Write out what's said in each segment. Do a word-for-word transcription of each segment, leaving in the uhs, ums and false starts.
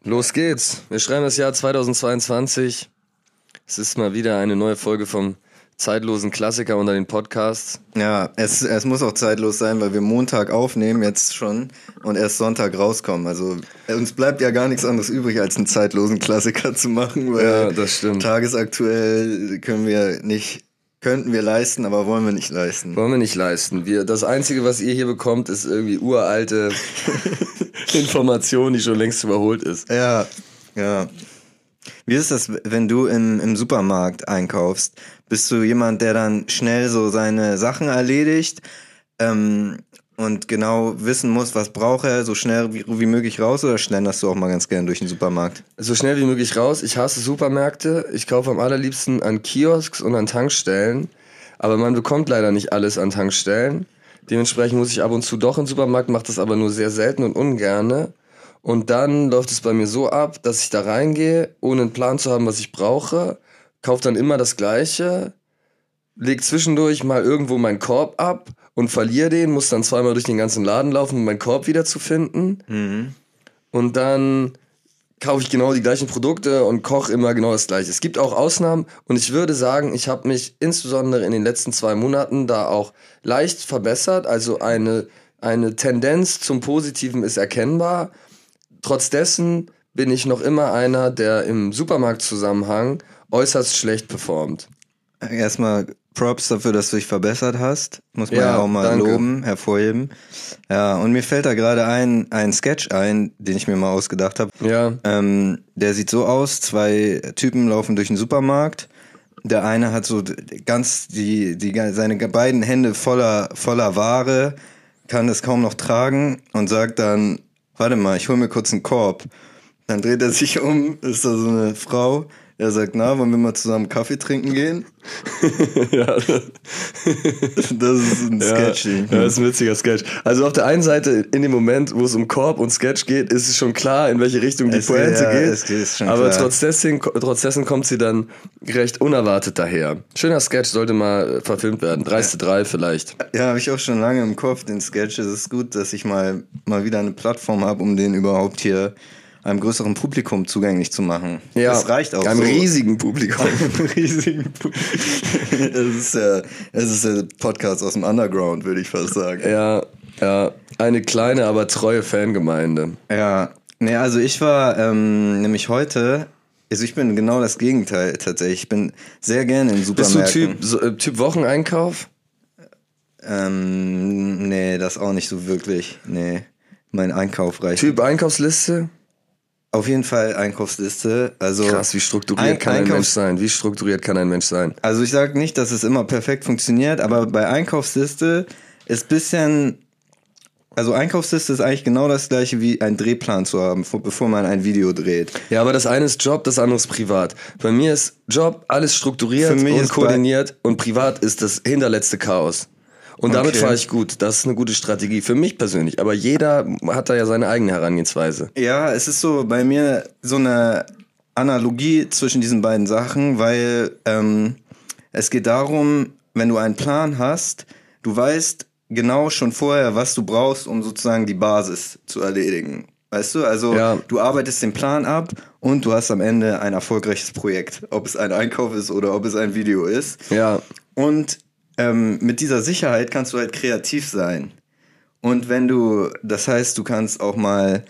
Los geht's. Wir schreiben das Jahr zweitausendzweiundzwanzig. Es ist mal wieder eine neue Folge vom zeitlosen Klassiker unter den Podcasts. Ja, es, es muss auch zeitlos sein, weil wir Montag aufnehmen jetzt schon und erst Sonntag rauskommen. Also uns bleibt ja gar nichts anderes übrig, als einen zeitlosen Klassiker zu machen, weil Ja, das stimmt. tagesaktuell können wir nicht, könnten wir leisten, aber wollen wir nicht leisten. Wollen wir nicht leisten. Wir, das Einzige, was ihr hier bekommt, ist irgendwie uralte Information, die schon längst überholt ist. Ja, ja. Wie ist das, wenn du im, im Supermarkt einkaufst? Bist du jemand, der dann schnell so seine Sachen erledigt ähm, und genau wissen muss, was braucht er, so schnell wie, wie möglich raus, oder schlenderst du auch mal ganz gern durch den Supermarkt? So schnell wie möglich raus. Ich hasse Supermärkte. Ich kaufe am allerliebsten an Kiosks und an Tankstellen. Aber man bekommt leider nicht alles an Tankstellen. Dementsprechend muss ich ab und zu doch in den Supermarkt, mache das aber nur sehr selten und ungerne. Und dann läuft es bei mir so ab, dass ich da reingehe, ohne einen Plan zu haben, was ich brauche, kaufe dann immer das Gleiche, leg zwischendurch mal irgendwo meinen Korb ab und verliere den, muss dann zweimal durch den ganzen Laden laufen, um meinen Korb wieder zu finden. Mhm. Und dann kaufe ich genau die gleichen Produkte und koche immer genau das Gleiche. Es gibt auch Ausnahmen und ich würde sagen, ich habe mich insbesondere in den letzten zwei Monaten da auch leicht verbessert. Also eine, eine Tendenz zum Positiven ist erkennbar. Trotz dessen bin ich noch immer einer, der im Supermarktzusammenhang äußerst schlecht performt. Erstmal Props dafür, dass du dich verbessert hast. Muss man Ja, ja auch mal danke. loben, hervorheben. Ja, und mir fällt da gerade ein, ein Sketch ein, den ich mir mal ausgedacht habe. Ja, Ähm, der sieht so aus, zwei Typen laufen durch den Supermarkt. Der eine hat so ganz die, die, seine beiden Hände voller, voller Ware, kann es kaum noch tragen und sagt dann, warte mal, ich hol mir kurz einen Korb. Dann dreht er sich um, ist da so eine Frau. Er sagt, na, wollen wir mal zusammen Kaffee trinken gehen? ja. Das ist ein Sketch. Ja, ja, das ist ein witziger Sketch. Also auf der einen Seite, in dem Moment, wo es um Korb und Sketch geht, ist es schon klar, in welche Richtung die Es- Pointe ja, geht. es ist schon aber klar. trotz dessen, trotz dessen kommt sie dann recht unerwartet daher. Schöner Sketch, sollte mal verfilmt werden. Dreiste drei vielleicht. Ja, habe ich auch schon lange im Kopf, den Sketch. Es ist gut, dass ich mal, mal wieder eine Plattform habe, um den überhaupt hier einem größeren Publikum zugänglich zu machen. Ja, Das reicht auch einem so. riesigen Publikum. Einem riesigen Publikum. Es ist ja, es ist ja Podcast aus dem Underground, würde ich fast sagen. ja, ja, eine kleine, aber treue Fangemeinde. Ja, nee, also ich war ähm, nämlich heute, also ich bin genau das Gegenteil tatsächlich. Ich bin sehr gerne in Bist du Supermärkten. Typ, so, äh, Typ Wocheneinkauf? Ähm, nee, das auch nicht so wirklich. Nee, mein Einkauf reicht. Typ Einkaufsliste? Auf jeden Fall Einkaufsliste. Also Krass, wie strukturiert Ein- kann ein Einkaufs- Mensch sein? Wie strukturiert kann ein Mensch sein? Also ich sage nicht, dass es immer perfekt funktioniert, aber bei Einkaufsliste ist bisschen, also Einkaufsliste ist eigentlich genau das gleiche wie ein Drehplan zu haben, vor- bevor man ein Video dreht. Ja, aber das eine ist Job, das andere ist privat. Bei mir ist Job alles strukturiert Für mich und ist koordiniert und privat ist das hinterletzte Chaos. Und damit Okay. fahre ich gut. Das ist eine gute Strategie für mich persönlich. Aber jeder hat da ja seine eigene Herangehensweise. Ja, es ist so bei mir so eine Analogie zwischen diesen beiden Sachen, weil ähm, es geht darum, wenn du einen Plan hast, du weißt genau schon vorher, was du brauchst, um sozusagen die Basis zu erledigen. Weißt du, also Ja. du arbeitest den Plan ab und du hast am Ende ein erfolgreiches Projekt. Ob es ein Einkauf ist oder ob es ein Video ist. Ja, Und ähm, mit dieser Sicherheit kannst du halt kreativ sein. Und wenn du, das heißt, du kannst auch mal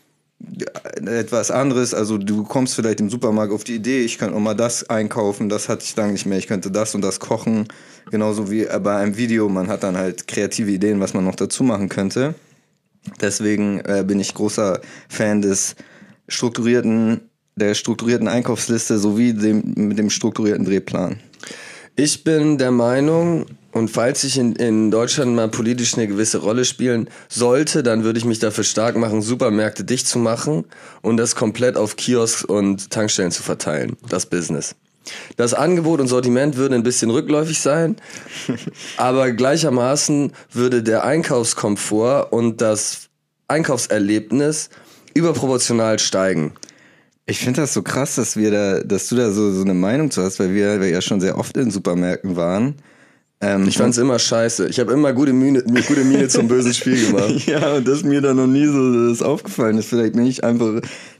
etwas anderes, also du kommst vielleicht im Supermarkt auf die Idee, ich könnte auch mal das einkaufen, das hatte ich lange nicht mehr, ich könnte das und das kochen, genauso wie bei einem Video, man hat dann halt kreative Ideen, was man noch dazu machen könnte. Deswegen äh, bin ich großer Fan des strukturierten, der strukturierten Einkaufsliste sowie dem, mit dem strukturierten Drehplan. ich bin der Meinung, und falls ich in, in Deutschland mal politisch eine gewisse Rolle spielen sollte, dann würde ich mich dafür stark machen, Supermärkte dicht zu machen und das komplett auf Kiosks und Tankstellen zu verteilen, das Business. Das Angebot und Sortiment würde ein bisschen rückläufig sein, aber gleichermaßen würde der Einkaufskomfort und das Einkaufserlebnis überproportional steigen. Ich finde das so krass, dass wir da, dass du da so, so eine Meinung zu hast, weil wir, wir ja schon sehr oft in Supermärkten waren. Ähm, Ich fand's immer scheiße. Ich habe immer gute Miene, gute Miene zum bösen Spiel gemacht. Ja, und dass mir da noch nie so das aufgefallen ist. Vielleicht bin ich einfach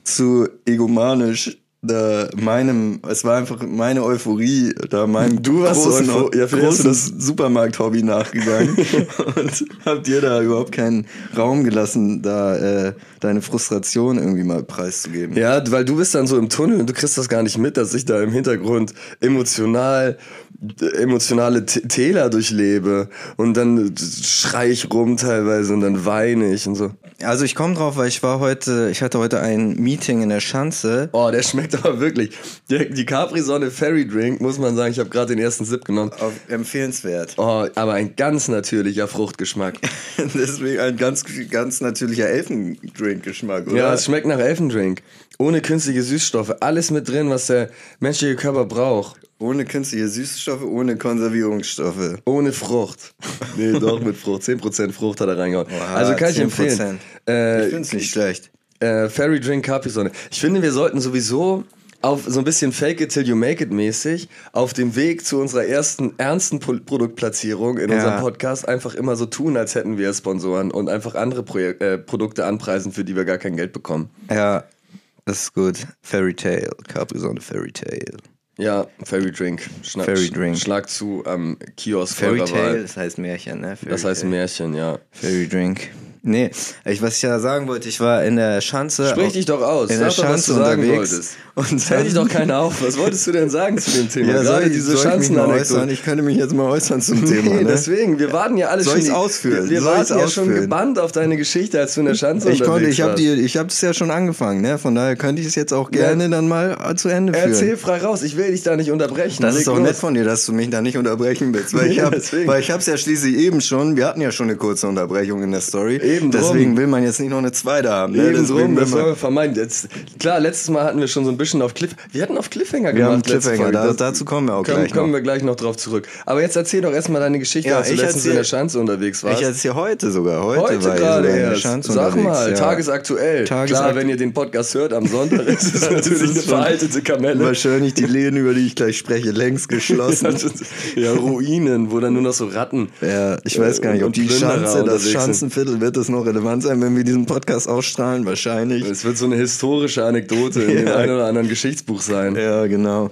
zu egomanisch. Da meinem, es war einfach meine Euphorie, da meinem Du warst großen, so euphor- ja, vielleicht hast du großen Supermarkt-Hobby nachgegangen und habt dir da überhaupt keinen Raum gelassen, da äh, deine Frustration irgendwie mal preiszugeben. Ja, weil du bist dann so im Tunnel und du kriegst das gar nicht mit, dass ich da im Hintergrund emotional emotionale T- Täler durchlebe und dann schrei ich rum teilweise und dann weine ich und so. Also ich komme drauf, weil ich war heute, ich hatte heute ein Meeting in der Schanze. Oh, der schmeckt aber wirklich. Die, die Capri-Sonne Fairy Drink, muss man sagen, ich habe gerade den ersten Sip genommen. Auf, empfehlenswert. Oh, aber ein ganz natürlicher Fruchtgeschmack. Deswegen ein ganz, ganz natürlicher Elfendrink-Geschmack, oder? Ja, es schmeckt nach Elfendrink. Ohne künstliche Süßstoffe. Alles mit drin, was der menschliche Körper braucht. Ohne künstliche Süßstoffe, ohne Konservierungsstoffe. Ohne Frucht. Nee, doch mit Frucht. zehn Prozent Frucht hat er reingehauen. Oha, also kann ich zehn empfehlen. Prozent. Äh, Ich finde es nicht schlecht. Äh, Fairy Drink Capri-Sonne. Ich finde, wir sollten sowieso auf so ein bisschen Fake it till you make it mäßig auf dem Weg zu unserer ersten ernsten Pro- Produktplatzierung in Ja. unserem Podcast einfach immer so tun, als hätten wir Sponsoren und einfach andere Projek- äh, Produkte anpreisen, für die wir gar kein Geld bekommen. Ja, das ist gut. Fairy Tale, Capri-Sonne Fairy Tale. Ja, Fairy Drink. Schna- Fairy Drink. Schlag zu am Kiosk Fairy eurer Tale, Wahl. das heißt Märchen, ne? Fairy Das heißt Tale. Märchen, ja. Fairy Drink. Nee, ich, was ich ja sagen wollte, ich war in der Schanze. Sprich dich doch aus. In Sag der doch, was Schanze du sagen unterwegs. wolltest. Und Hält dich doch keiner auf. Was wolltest du denn sagen zu dem Thema? Ja, soll Gerade ich, diese soll ich mich mal äußern? Schanzenanekdote. Ich könnte mich jetzt mal äußern zum Thema. Nee, Ne? deswegen, wir warten ja alle Soll schon. ich's die- ausführen? Wir Soll warten ich's ja schon ausführen? gebannt auf deine Geschichte, als du in der Schanze Ich konnte, unterwegs ich habe warst. die, ich habe es ja schon angefangen, ne? Von daher könnte ich es jetzt auch gerne Ja. dann mal zu Ende führen. Erzähl frei raus, ich will dich da nicht unterbrechen. Das Leg ist doch los. nett von dir, dass du mich da nicht unterbrechen willst, weil ich Ja, habe, deswegen. weil ich habe es ja schließlich eben schon. Wir hatten ja schon eine kurze Unterbrechung in der Story. Eben drum. Deswegen will man jetzt nicht noch eine zweite haben. Ne? Eben Deswegen drum, will das man- wollen wir vermeiden. Jetzt, klar, letztes Mal hatten wir schon so ein bisschen auf Cliff... Wir hatten auf Cliffhanger Wir gemacht. haben letzte Cliffhanger, Folge. da, Das- dazu kommen wir auch Kommen, gleich kommen noch. wir gleich noch drauf zurück. Aber jetzt erzähl doch erstmal deine Geschichte, Ja, als du ich letztens in erzähl- der Schanze unterwegs warst. Ich erzähle heute sogar. Heute, Heute war ich gerade sogar in der erst. Schanze Sag unterwegs, mal, ja. tagesaktuell. Klar, Tagesakt- wenn ihr den Podcast hört am Sonntag, ist es natürlich eine schon- veraltete Kamelle. Wahrscheinlich die Läden, über die ich gleich spreche, längst geschlossen. Ja, Ruinen, wo dann nur noch so Ratten. Ja, ich weiß gar nicht, ob und die Plünderer Schanze, das unterwegs sind. Schanzenviertel, wird das noch relevant sein, wenn wir diesen Podcast ausstrahlen? Wahrscheinlich. Es wird so eine historische Anekdote in dem Ja. einen oder anderen Geschichtsbuch sein. Ja, genau.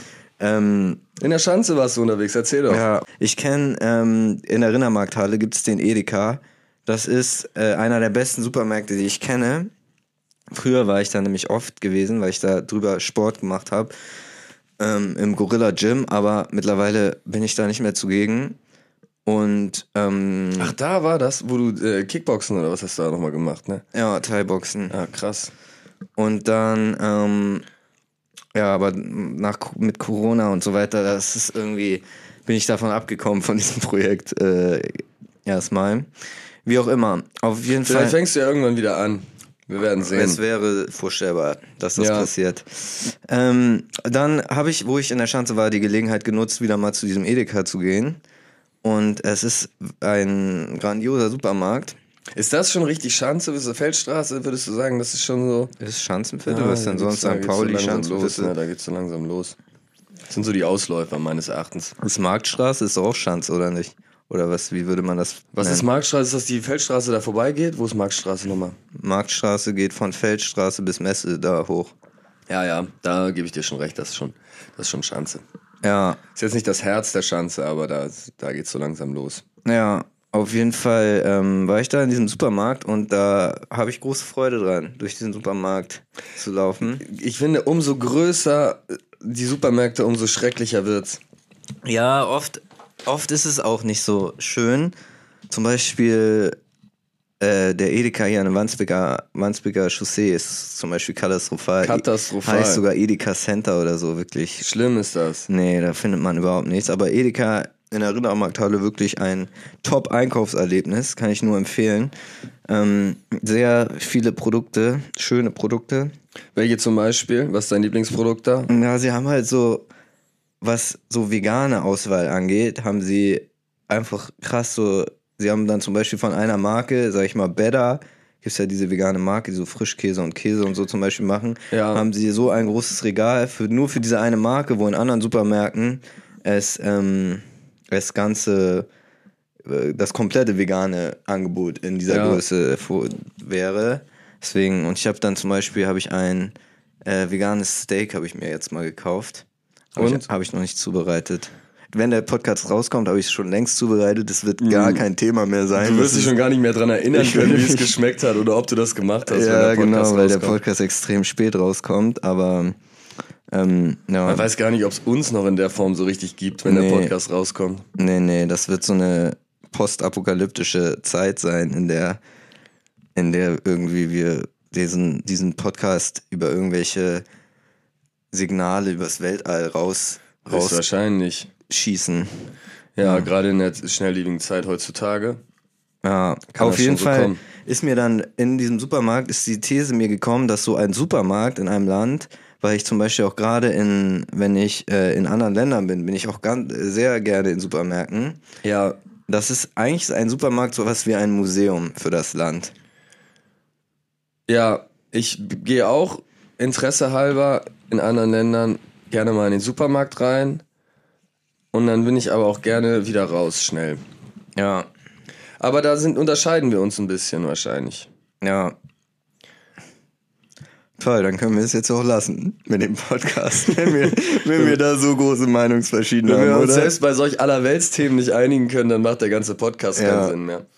Ähm, In der Schanze warst du unterwegs, erzähl doch. ja, ich kenne, ähm, in der Rindermarkthalle gibt es den Edeka. Das ist äh, einer der besten Supermärkte, die ich kenne. Früher war ich da nämlich oft gewesen, weil ich da drüber Sport gemacht habe. Ähm, im Gorilla Gym, aber mittlerweile bin ich da nicht mehr zugegen. Und ähm, Ach, da war das, wo du äh, Kickboxen oder was hast du da nochmal gemacht, ne? ja, Thai-Boxen. Ah, krass. Und dann, ähm, ja, aber nach, mit Corona und so weiter, das ist irgendwie, bin ich davon abgekommen von diesem Projekt äh, erstmal. Wie auch immer, auf jeden Vielleicht Fall. fängst du ja irgendwann wieder an. Wir werden Es sehen. wäre vorstellbar, dass das Ja. passiert. Ähm, dann habe ich, wo ich in der Schanze war, die Gelegenheit genutzt, wieder mal zu diesem Edeka zu gehen. Und es ist ein grandioser Supermarkt. Ist das schon richtig Schanze? Ist das Feldstraße? Würdest du sagen, das ist schon so... Das ist Schanzenviertel, Ah, was denn da sonst? geht's- da Sankt geht's so Pauli, langsam los, Schanzenviertel. ne? Da geht's so langsam los. Das sind so die Ausläufer meines Erachtens. Das Marktstraße ist doch auch Schanze, oder nicht? Oder was, wie würde man das Was nennen? ist Marktstraße? Ist das die Feldstraße, da vorbeigeht? Wo ist Marktstraße nochmal? Marktstraße geht von Feldstraße bis Messe da hoch. Ja, ja, da gebe ich dir schon recht. Das ist schon, das ist schon Schanze. Ja, Ist jetzt nicht das Herz der Schanze, aber da, da geht's so langsam los. ja, auf jeden Fall ähm, war ich da in diesem Supermarkt und da habe ich große Freude dran, durch diesen Supermarkt zu laufen. Ich finde, umso größer die Supermärkte, umso schrecklicher wird's. Ja, oft, oft ist es auch nicht so schön. Zum Beispiel äh, der Edeka hier an der Wandsbeker, Wandsbeker Chaussee ist zum Beispiel katastrophal. Katastrophal. Heißt sogar Edeka Center oder so, wirklich. Schlimm ist das. Nee, da findet man überhaupt nichts. Aber Edeka in der Rindermarkthalle wirklich ein Top-Einkaufserlebnis, kann ich nur empfehlen. Ähm, sehr viele Produkte, schöne Produkte. Welche zum Beispiel? Was ist dein Lieblingsprodukt da? Ja, sie haben halt so, was so vegane Auswahl angeht, haben sie einfach krass so, sie haben dann zum Beispiel von einer Marke, sag ich mal, Better, gibt's ja diese vegane Marke, die so Frischkäse und Käse und so zum Beispiel machen, Ja. haben sie so ein großes Regal für, nur für diese eine Marke, wo in anderen Supermärkten es, ähm, das ganze, äh, das komplette vegane Angebot in dieser Ja. Größe vor- wäre. Deswegen, und ich habe dann zum Beispiel, habe ich ein äh, veganes Steak, habe ich mir jetzt mal gekauft. Habe ich, hab ich noch nicht zubereitet. Wenn der Podcast rauskommt, habe ich es schon längst zubereitet. Das wird gar kein Thema mehr sein. Du wirst dich schon gar nicht mehr dran erinnern können, wie es geschmeckt hat oder ob du das gemacht hast, ja, wenn der Podcast genau, weil rauskommt. der Podcast extrem spät rauskommt, aber ähm, ja. Man weiß gar nicht, ob es uns noch in der Form so richtig gibt, wenn Nee. der Podcast rauskommt. Nee, nee, das wird so eine postapokalyptische Zeit sein, in der, in der irgendwie wir diesen, diesen Podcast über irgendwelche Signale übers Weltall raus, raus Wahrscheinlich. schießen. Ja, gerade in der schnelllebigen Zeit heutzutage. Ja, Kann auf das jeden schon so Fall kommen. ist mir dann in diesem Supermarkt, ist die These mir gekommen, dass so ein Supermarkt in einem Land, weil ich zum Beispiel auch gerade in, wenn ich äh, in anderen Ländern bin, bin ich auch ganz, sehr gerne in Supermärkten. Ja, Das ist eigentlich ein Supermarkt sowas wie ein Museum für das Land. ja, ich gehe auch Interesse halber in anderen Ländern gerne mal in den Supermarkt rein und dann bin ich aber auch gerne wieder raus, schnell. Ja, Aber da sind, unterscheiden wir uns ein bisschen wahrscheinlich. ja. Toll, dann können wir es jetzt auch lassen mit dem Podcast, wenn wir, wenn wir da so große Meinungsverschiedenheiten Wenn wir haben, uns oder? selbst bei solch Allerweltsthemen nicht einigen können, dann macht der ganze Podcast Ja. keinen Sinn mehr.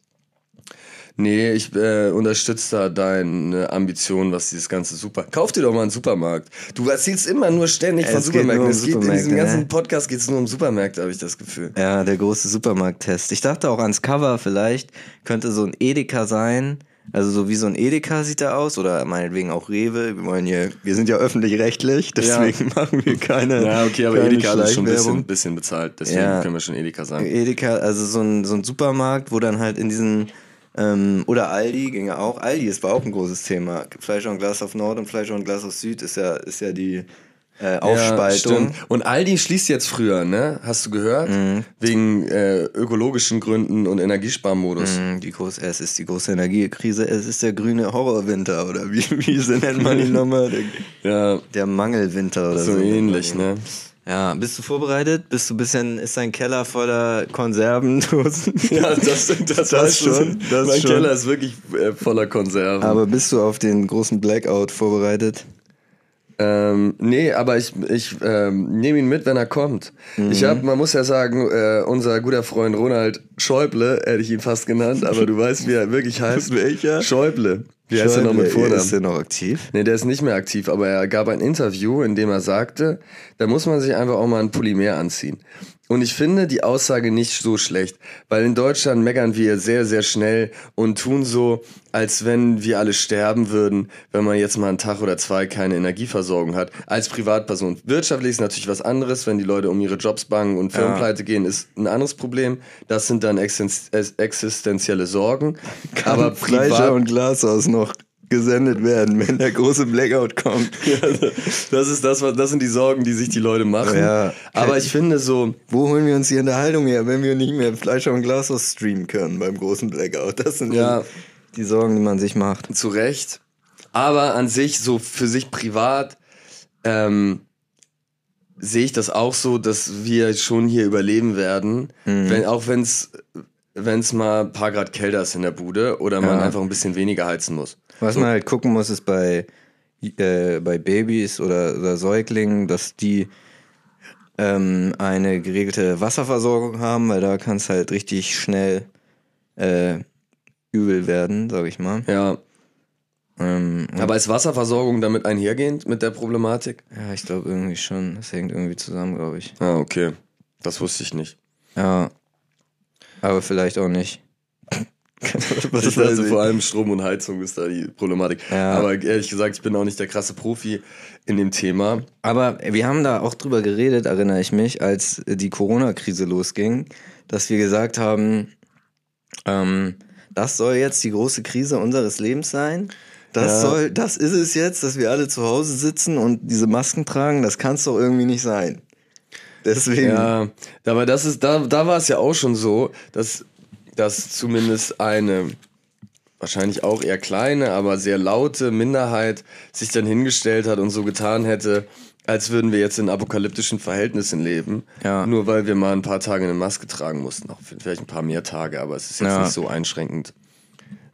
Nee, ich äh, unterstütze da deine Ambition, was dieses ganze Super... Kauf dir doch mal einen Supermarkt. Du erzählst immer nur ständig von Es geht nur Supermärkten. um Es geht in diesem Supermärkte, ganzen ne? Podcast geht es nur um Supermärkte, habe ich das Gefühl. Ja, der große Supermarkttest. Ich dachte auch ans Cover vielleicht, könnte so ein Edeka sein. Also so wie so ein Edeka sieht er aus oder meinetwegen auch Rewe. Wir wollen hier, wir sind ja öffentlich-rechtlich, deswegen Ja. machen wir keine Ja, okay, aber keine Edeka ist schon ein bisschen, Schleichwerbung. bisschen bezahlt, deswegen Ja. können wir schon Edeka sagen. Edeka, also so ein, so ein Supermarkt, wo dann halt in diesen, ähm, oder Aldi, ging ja auch. Aldi ist war auch ein großes Thema. Fleisch und Glas auf Nord und Fleisch und Glas auf Süd ist ja, ist ja die äh, Aufspaltung. Ja, stimmt. Und Aldi schließt jetzt früher, ne? Hast du gehört? Mhm. Wegen äh, ökologischen Gründen und Energiesparmodus. Mm, Die große, es ist die große Energiekrise, es ist der grüne Horrorwinter oder wie, wie so nennt man ihn nochmal? Der, Ja, der Mangelwinter oder so. so nennt man ähnlich, ihn. ne? Ja, bist du vorbereitet? Bist du ein bisschen, ist dein Keller voller Konservendosen? Ja, das, das, Das weißt du, schon, das mein schon. Keller ist wirklich äh, voller Konserven. Aber bist du auf den großen Blackout vorbereitet? Ähm, nee, aber ich, ich ähm, nehme ihn mit, wenn er kommt. Mhm. Ich habe, man muss ja sagen, äh, unser guter Freund Ronald Schäuble, hätte ich ihn fast genannt, aber du weißt, wie er wirklich heißt. Welcher? Schäuble. Wie heißt er noch mit Schäuble, Vornamen? Ist der noch aktiv? Nee, der ist nicht mehr aktiv, aber er gab ein Interview, in dem er sagte, da muss man sich einfach auch mal ein Polymer anziehen. Und ich finde die Aussage nicht so schlecht, weil in Deutschland meckern wir sehr, sehr schnell und tun so, als wenn wir alle sterben würden, wenn man jetzt mal einen Tag oder zwei keine Energieversorgung hat, als Privatperson. Wirtschaftlich ist natürlich was anderes, wenn die Leute um ihre Jobs bangen und Firmen Ja. pleite gehen, ist ein anderes Problem. Das sind dann existen- existenzielle Sorgen. Aber Kann Fleischer privat und Glashaus noch gesendet werden, wenn der große Blackout kommt. Das ist das, was, das sind die Sorgen, die sich die Leute machen. Ja. Aber ich finde so, Wo holen wir uns die Unterhaltung her, wenn wir nicht mehr Fleischer und Glashaus streamen können beim großen Blackout? Das sind Ja. die, die Sorgen, die man sich macht. zu Recht. Aber an sich, so für sich privat, ähm, sehe ich das auch so, dass wir schon hier überleben werden. Wenn, auch wenn es wenn's mal ein paar Grad kälter ist in der Bude oder man Ja. einfach ein bisschen weniger heizen muss. Was man halt gucken muss, ist bei, äh, bei Babys oder, oder Säuglingen, dass die ähm, eine geregelte Wasserversorgung haben, weil da kann es halt richtig schnell äh, übel werden, sag ich mal. Ja. Ähm, Aber ist Wasserversorgung damit einhergehend mit der Problematik? ja, ich glaube irgendwie schon. Das hängt irgendwie zusammen, glaube ich. Ah, okay. Das wusste ich nicht. Ja. Aber vielleicht auch nicht. Was Ich weiß dachte, ich. vor allem Strom und Heizung ist da die Problematik. Ja. Aber ehrlich gesagt, ich bin auch nicht der krasse Profi in dem Thema. Aber wir haben da auch drüber geredet, erinnere ich mich, als die Corona-Krise losging, dass wir gesagt haben, ähm, das soll jetzt die große Krise unseres Lebens sein. Das Ja. soll, das ist es jetzt, dass wir alle zu Hause sitzen und diese Masken tragen. Das kann es doch irgendwie nicht sein. Deswegen. Ja, aber das ist, da, da war es ja auch schon so, dass, dass zumindest eine wahrscheinlich auch eher kleine, aber sehr laute Minderheit sich dann hingestellt hat und so getan hätte, als würden wir jetzt in apokalyptischen Verhältnissen leben. Ja. Nur weil wir mal ein paar Tage eine Maske tragen mussten. Auch vielleicht ein paar mehr Tage, aber es ist jetzt Ja. nicht so einschränkend.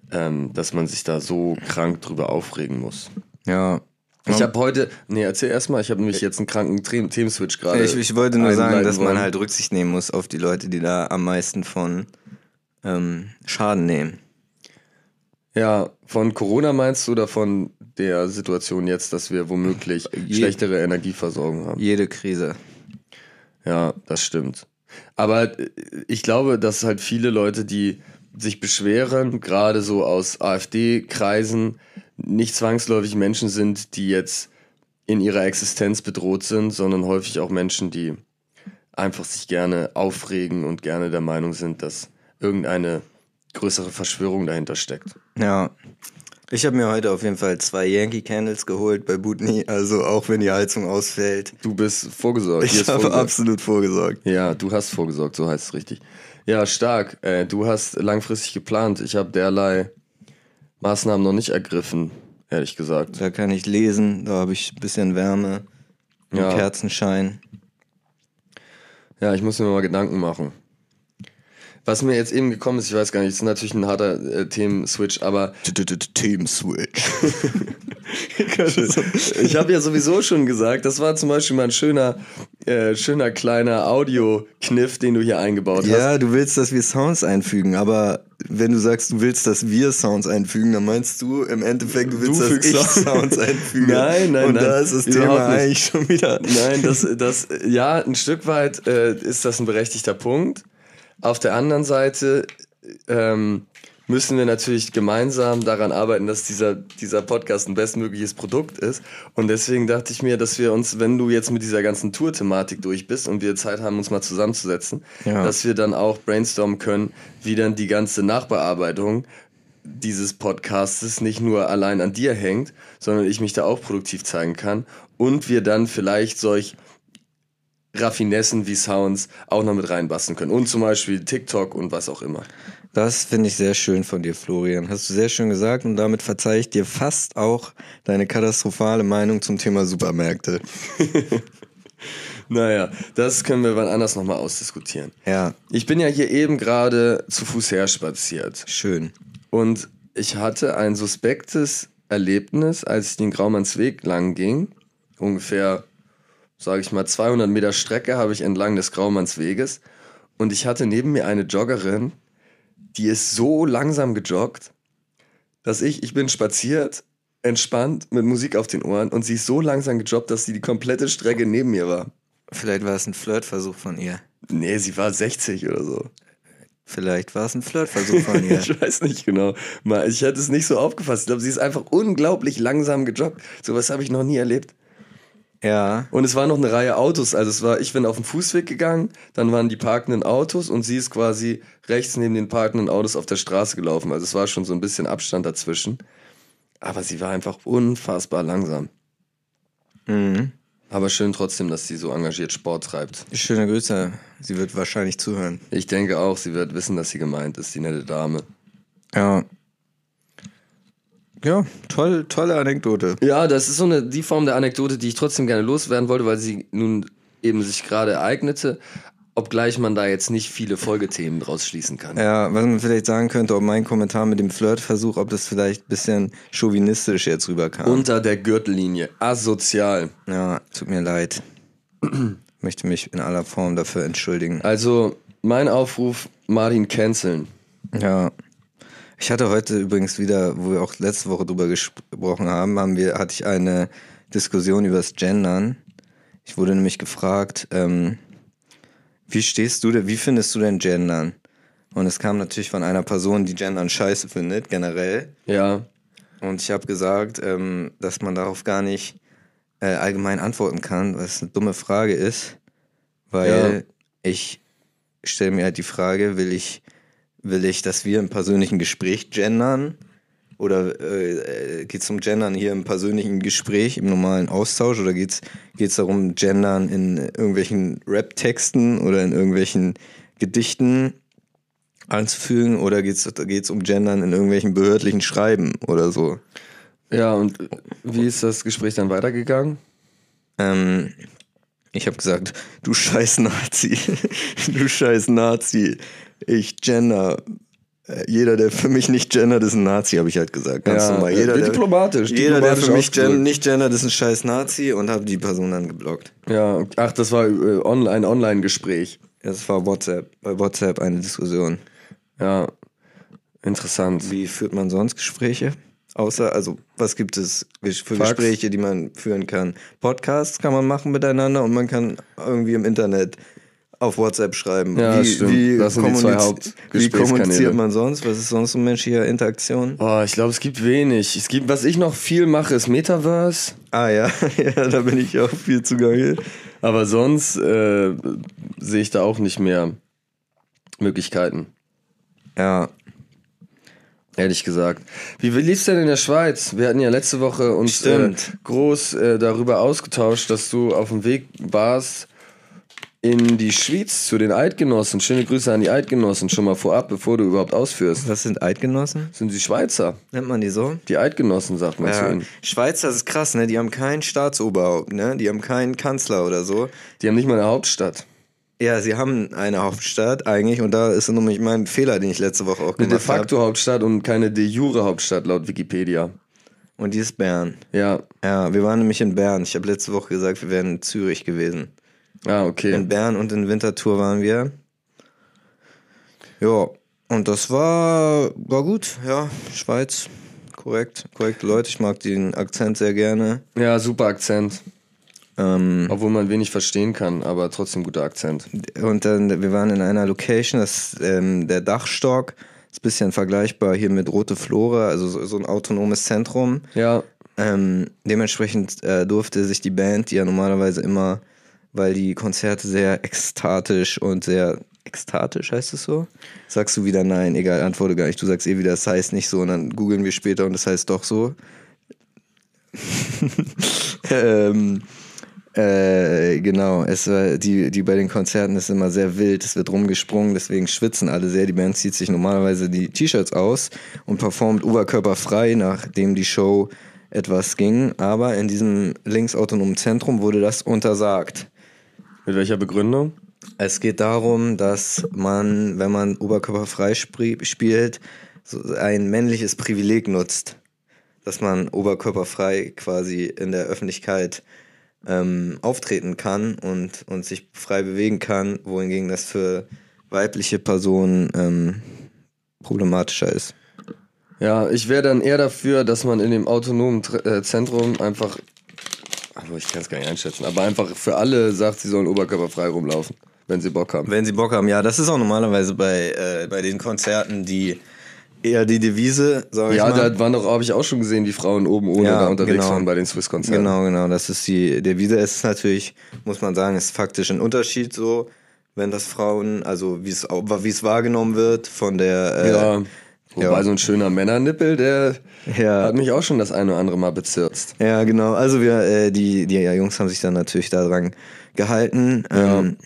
ähm, dass man sich da so krank drüber aufregen muss. Ja. Ich habe heute, nee, erzähl erstmal, ich habe nämlich jetzt einen kranken Them- Themenswitch gerade. Ich, ich wollte nur sagen, dass man wollen. halt Rücksicht nehmen muss auf die Leute, die da am meisten von ähm, Schaden nehmen. Ja, von Corona meinst du oder von der Situation jetzt, dass wir womöglich Je- schlechtere Energieversorgung haben? Jede Krise. Ja, das stimmt. Aber äh, ich glaube, dass halt viele Leute, die sich beschweren, gerade so aus AfD-Kreisen, nicht zwangsläufig Menschen sind, die jetzt in ihrer Existenz bedroht sind, sondern häufig auch Menschen, die einfach sich gerne aufregen und gerne der Meinung sind, dass irgendeine größere Verschwörung dahinter steckt. Ja. Ich habe mir heute auf jeden Fall zwei Yankee Candles geholt bei Butni, also auch wenn die Heizung ausfällt. Du bist vorgesorgt. Hier Ich ist habe vorgesorgt. absolut vorgesorgt. Ja, du hast vorgesorgt, so heißt es richtig. Ja, stark. Äh, du hast langfristig geplant. Ich habe derlei Maßnahmen noch nicht ergriffen, ehrlich gesagt. Da kann ich lesen, da habe ich ein bisschen Wärme, Ja. Kerzenschein. Ja, ich muss mir mal Gedanken machen. Was mir jetzt eben gekommen ist, ich weiß gar nicht, es ist natürlich ein harter äh, Themen-Switch, aber Team Switch. ich habe ja sowieso schon gesagt, das war zum Beispiel mal ein schöner, äh, schöner kleiner Audio-Kniff, den du hier eingebaut hast. Ja, du willst, dass wir Sounds einfügen, aber wenn du sagst, du willst, dass wir Sounds einfügen, dann meinst du im Endeffekt, du willst, Du dass fügst ich Sound- Sounds einfüge. Nein, nein, Und nein, da ist das überhaupt Thema nicht. eigentlich schon wieder... Nein, das, das, ja, ein Stück weit äh, ist das ein berechtigter Punkt. Auf der anderen Seite ähm, müssen wir natürlich gemeinsam daran arbeiten, dass dieser, dieser Podcast ein bestmögliches Produkt ist. Und deswegen dachte ich mir, dass wir uns, wenn du jetzt mit dieser ganzen Tour-Thematik durch bist und wir Zeit haben, uns mal zusammenzusetzen, Ja. dass wir dann auch brainstormen können, wie dann die ganze Nachbearbeitung dieses Podcastes nicht nur allein an dir hängt, sondern ich mich da auch produktiv zeigen kann und wir dann vielleicht solch Raffinessen wie Sounds auch noch mit reinbasteln können. Und zum Beispiel TikTok und was auch immer. Das finde ich sehr schön von dir, Florian. Hast du sehr schön gesagt und damit verzeihe ich dir fast auch deine katastrophale Meinung zum Thema Supermärkte. Naja, das können wir wann anders nochmal ausdiskutieren. Ja, Ich bin ja hier eben gerade zu Fuß her spaziert. schön. Und ich hatte ein suspektes Erlebnis, als ich den Graumannsweg lang ging. Ungefähr, sage ich mal, zweihundert Meter Strecke habe ich entlang des Graumannsweges. Und ich hatte neben mir eine Joggerin, die ist so langsam gejoggt, dass ich, ich bin spaziert, entspannt, mit Musik auf den Ohren. Und sie ist so langsam gejoggt, dass sie die komplette Strecke neben mir war. Vielleicht war es ein Flirtversuch von ihr. Nee, sie war sechzig oder so. Vielleicht war es ein Flirtversuch von ihr. Ich weiß nicht genau. Mal, ich hätte es nicht so aufgefasst. Ich glaube, sie ist einfach unglaublich langsam gejoggt. Sowas habe ich noch nie erlebt. Ja, Und es war noch eine Reihe Autos. Also es war, ich bin auf den Fußweg gegangen, dann waren die parkenden Autos und sie ist quasi rechts neben den parkenden Autos auf der Straße gelaufen. Also es war schon so ein bisschen Abstand dazwischen. Aber sie war einfach unfassbar langsam. mhm. Aber schön trotzdem, dass sie so engagiert Sport treibt. Schöne Grüße. Sie wird wahrscheinlich zuhören. Ich denke auch, sie wird wissen, dass sie gemeint ist, die nette Dame. Ja. Ja, toll, tolle Anekdote. Ja, das ist so eine, die Form der Anekdote, die ich trotzdem gerne loswerden wollte, weil sie nun eben sich gerade ereignete, obgleich man da jetzt nicht viele Folgethemen draus schließen kann. Ja, was man vielleicht sagen könnte, ob mein Kommentar mit dem Flirtversuch, ob das vielleicht ein bisschen chauvinistisch jetzt rüberkam. Unter der Gürtellinie, asozial. Ja, tut mir leid. Möchte mich in aller Form dafür entschuldigen. Also mein Aufruf, Martin canceln. Ja. Ich hatte heute übrigens wieder, wo wir auch letzte Woche drüber gesprochen haben, haben wir, hatte ich eine Diskussion über das Gendern. Ich wurde nämlich gefragt, ähm, wie stehst du denn, wie findest du denn Gendern? Und es kam natürlich von einer Person, die Gendern scheiße findet, generell. Ja, Und ich habe gesagt, ähm, dass man darauf gar nicht äh, allgemein antworten kann, weil es eine dumme Frage ist. Weil ich stelle mir halt die Frage, will ich, will ich, dass wir im persönlichen Gespräch gendern? Oder äh, geht es um Gendern hier im persönlichen Gespräch, im normalen Austausch? Oder geht es darum, Gendern in irgendwelchen Rap-Texten oder in irgendwelchen Gedichten anzufügen? Oder geht es um Gendern in irgendwelchen behördlichen Schreiben oder so? ja, und wie ist das Gespräch dann weitergegangen? Ähm, ich habe gesagt, du scheiß Nazi, du scheiß Nazi, ich gender äh, jeder, der für mich nicht gendert, ist ein Nazi, habe ich halt gesagt. Ganz Ja, normal. äh, Jeder, der, diplomatisch, jeder, der diplomatisch für mich gen ausgedrückt. nicht gendert, ist ein scheiß Nazi und habe die Person dann geblockt. Ja, ach, das war äh, on, ein Online-Gespräch. Das war WhatsApp, bei WhatsApp eine Diskussion. Ja, interessant. Wie führt man sonst Gespräche? Außer, also, was gibt es für Fax. Gespräche, die man führen kann? Podcasts kann man machen miteinander und man kann irgendwie im Internet auf WhatsApp schreiben. Ja, wie, stimmt. Wie, Das sind die zwei kommuniz- wie Hauptgesprächskanäle. kommuniziert man sonst? Was ist sonst so menschliche Interaktion? Oh, ich glaube, es gibt wenig. Es gibt, was ich noch viel mache, ist Metaverse. Ah ja, ja, da bin ich auch viel zugange. Aber sonst äh, sehe ich da auch nicht mehr Möglichkeiten. Ja, Ehrlich gesagt. Wie lief's denn in der Schweiz? Wir hatten ja letzte Woche uns äh, Stimmt. groß äh, darüber ausgetauscht, dass du auf dem Weg warst in die Schweiz zu den Eidgenossen. Schöne Grüße an die Eidgenossen schon mal vorab, bevor du überhaupt ausführst. was sind Eidgenossen? Sind sie Schweizer? Nennt man die so? Die Eidgenossen, sagt man zu Ja, ihnen. Schweiz, das ist krass, ne? Die haben kein Staatsoberhaupt, ne? Die haben keinen Kanzler oder so. Die haben nicht mal eine Hauptstadt. Ja, sie haben eine Hauptstadt eigentlich und da ist nämlich mein Fehler, den ich letzte Woche auch Eine gemacht de habe. facto Hauptstadt und keine de jure Hauptstadt laut Wikipedia. Und die ist Bern. Ja. Ja, wir waren nämlich in Bern. Ich habe letzte Woche gesagt, wir wären in Zürich gewesen. Ah, okay. In Bern und in Winterthur waren wir. Ja, und das war, war gut, ja. Schweiz, korrekt, korrekte Leute. Ich mag den Akzent sehr gerne. Ja, super Akzent. Ähm, Obwohl man wenig verstehen kann, aber trotzdem guter Akzent. und dann, wir waren in einer Location, das ist ähm, der Dachstock. Ist ein bisschen vergleichbar hier mit Rote Flora, also so, so ein autonomes Zentrum. Ja, Ähm, dementsprechend äh, durfte sich die Band, die ja normalerweise immer, weil die Konzerte sehr ekstatisch und sehr ekstatisch, heißt es so? Sagst du wieder nein, egal, antworte gar nicht. Du sagst eh wieder, das heißt nicht so und dann googeln wir später und das heißt doch so. ähm, äh, genau, es war die, die bei den Konzerten ist immer sehr wild, es wird rumgesprungen, deswegen schwitzen alle sehr. Die Band zieht sich normalerweise die T-Shirts aus und performt oberkörperfrei, nachdem die Show etwas ging, aber in diesem linksautonomen Zentrum wurde das untersagt. mit welcher Begründung? Es geht darum, dass man, wenn man oberkörperfrei spri- spielt, so ein männliches Privileg nutzt. Dass man oberkörperfrei quasi in der Öffentlichkeit ähm, auftreten kann und, und sich frei bewegen kann, wohingegen das für weibliche Personen ähm, problematischer ist. Ja, ich wäre dann eher dafür, dass man in dem autonomen Tr- äh, Zentrum einfach, aber ich kann es gar nicht einschätzen, aber einfach für alle sagt, sie sollen oberkörperfrei rumlaufen, wenn sie Bock haben. Wenn sie Bock haben, ja, das ist auch normalerweise bei, äh, bei den Konzerten die eher die Devise, sag ich Ja, mal. da waren doch, habe ich auch schon gesehen, wie Frauen oben ohne Ja, da unterwegs genau. waren bei den Swiss-Konzerten. Genau, genau, das ist die Devise. Es ist natürlich, muss man sagen, ist faktisch ein Unterschied so, wenn das Frauen, also wie es au- wie es wahrgenommen wird von der äh, Ja, wobei ja. so ein schöner Männernippel, der Ja. hat mich auch schon das eine oder andere Mal bezirzt. Ja, genau. Also wir, äh, die, die ja, Jungs haben sich dann natürlich daran gehalten. Ja. Ähm,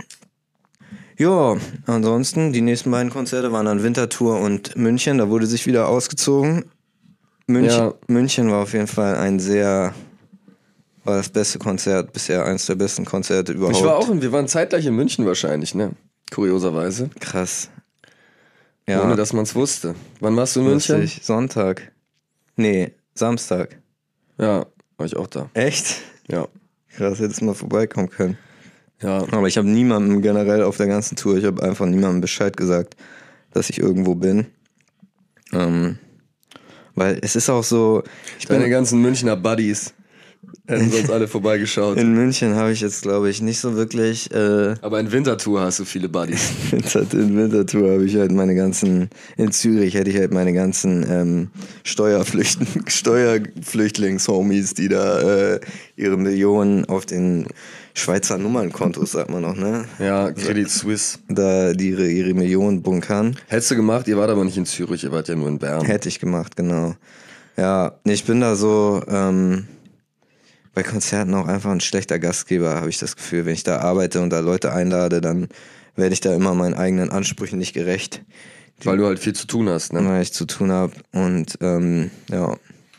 ja, ansonsten, die nächsten beiden Konzerte waren dann Winterthur und München. Da wurde sich wieder ausgezogen. München, Ja. München war auf jeden Fall ein sehr, war das beste Konzert, bisher eines der besten Konzerte überhaupt. Ich war auch, in, wir waren zeitgleich in München wahrscheinlich, ne? Kurioserweise. Krass. Ja, Ohne dass man es wusste. Wann warst du in München? lustig. Sonntag. Nee, Samstag. Ja, war ich auch da. Echt? Ja. Krass, hättest mal vorbeikommen können. Ja. Aber ich habe niemandem generell auf der ganzen Tour, ich habe einfach niemandem Bescheid gesagt, dass ich irgendwo bin. Ähm, weil es ist auch so, ich Deine bin, ganzen Münchner Buddies hätten sonst alle vorbeigeschaut. in München habe ich jetzt, glaube ich, nicht so wirklich, äh, Aber in Winterthur hast du viele Buddies. in Winterthur habe ich halt meine ganzen, in Zürich hätte ich halt meine ganzen ähm, Steuerflüchten, Steuerflüchtlings-Homies, die da äh, ihre Millionen auf den Schweizer Nummernkontos, sagt man noch, ne? Ja, Credit Suisse. Da die ihre, ihre Millionen bunkern. Hättest du gemacht, ihr wart aber nicht in Zürich, ihr wart ja nur in Bern. Hätte ich gemacht, genau. Ja, nee, ich bin da so ähm, bei Konzerten auch einfach ein schlechter Gastgeber, habe ich das Gefühl. Wenn ich da arbeite und da Leute einlade, dann werde ich da immer meinen eigenen Ansprüchen nicht gerecht, Weil du halt viel zu tun hast, ne? weil ich zu tun habe. Und ähm, ja,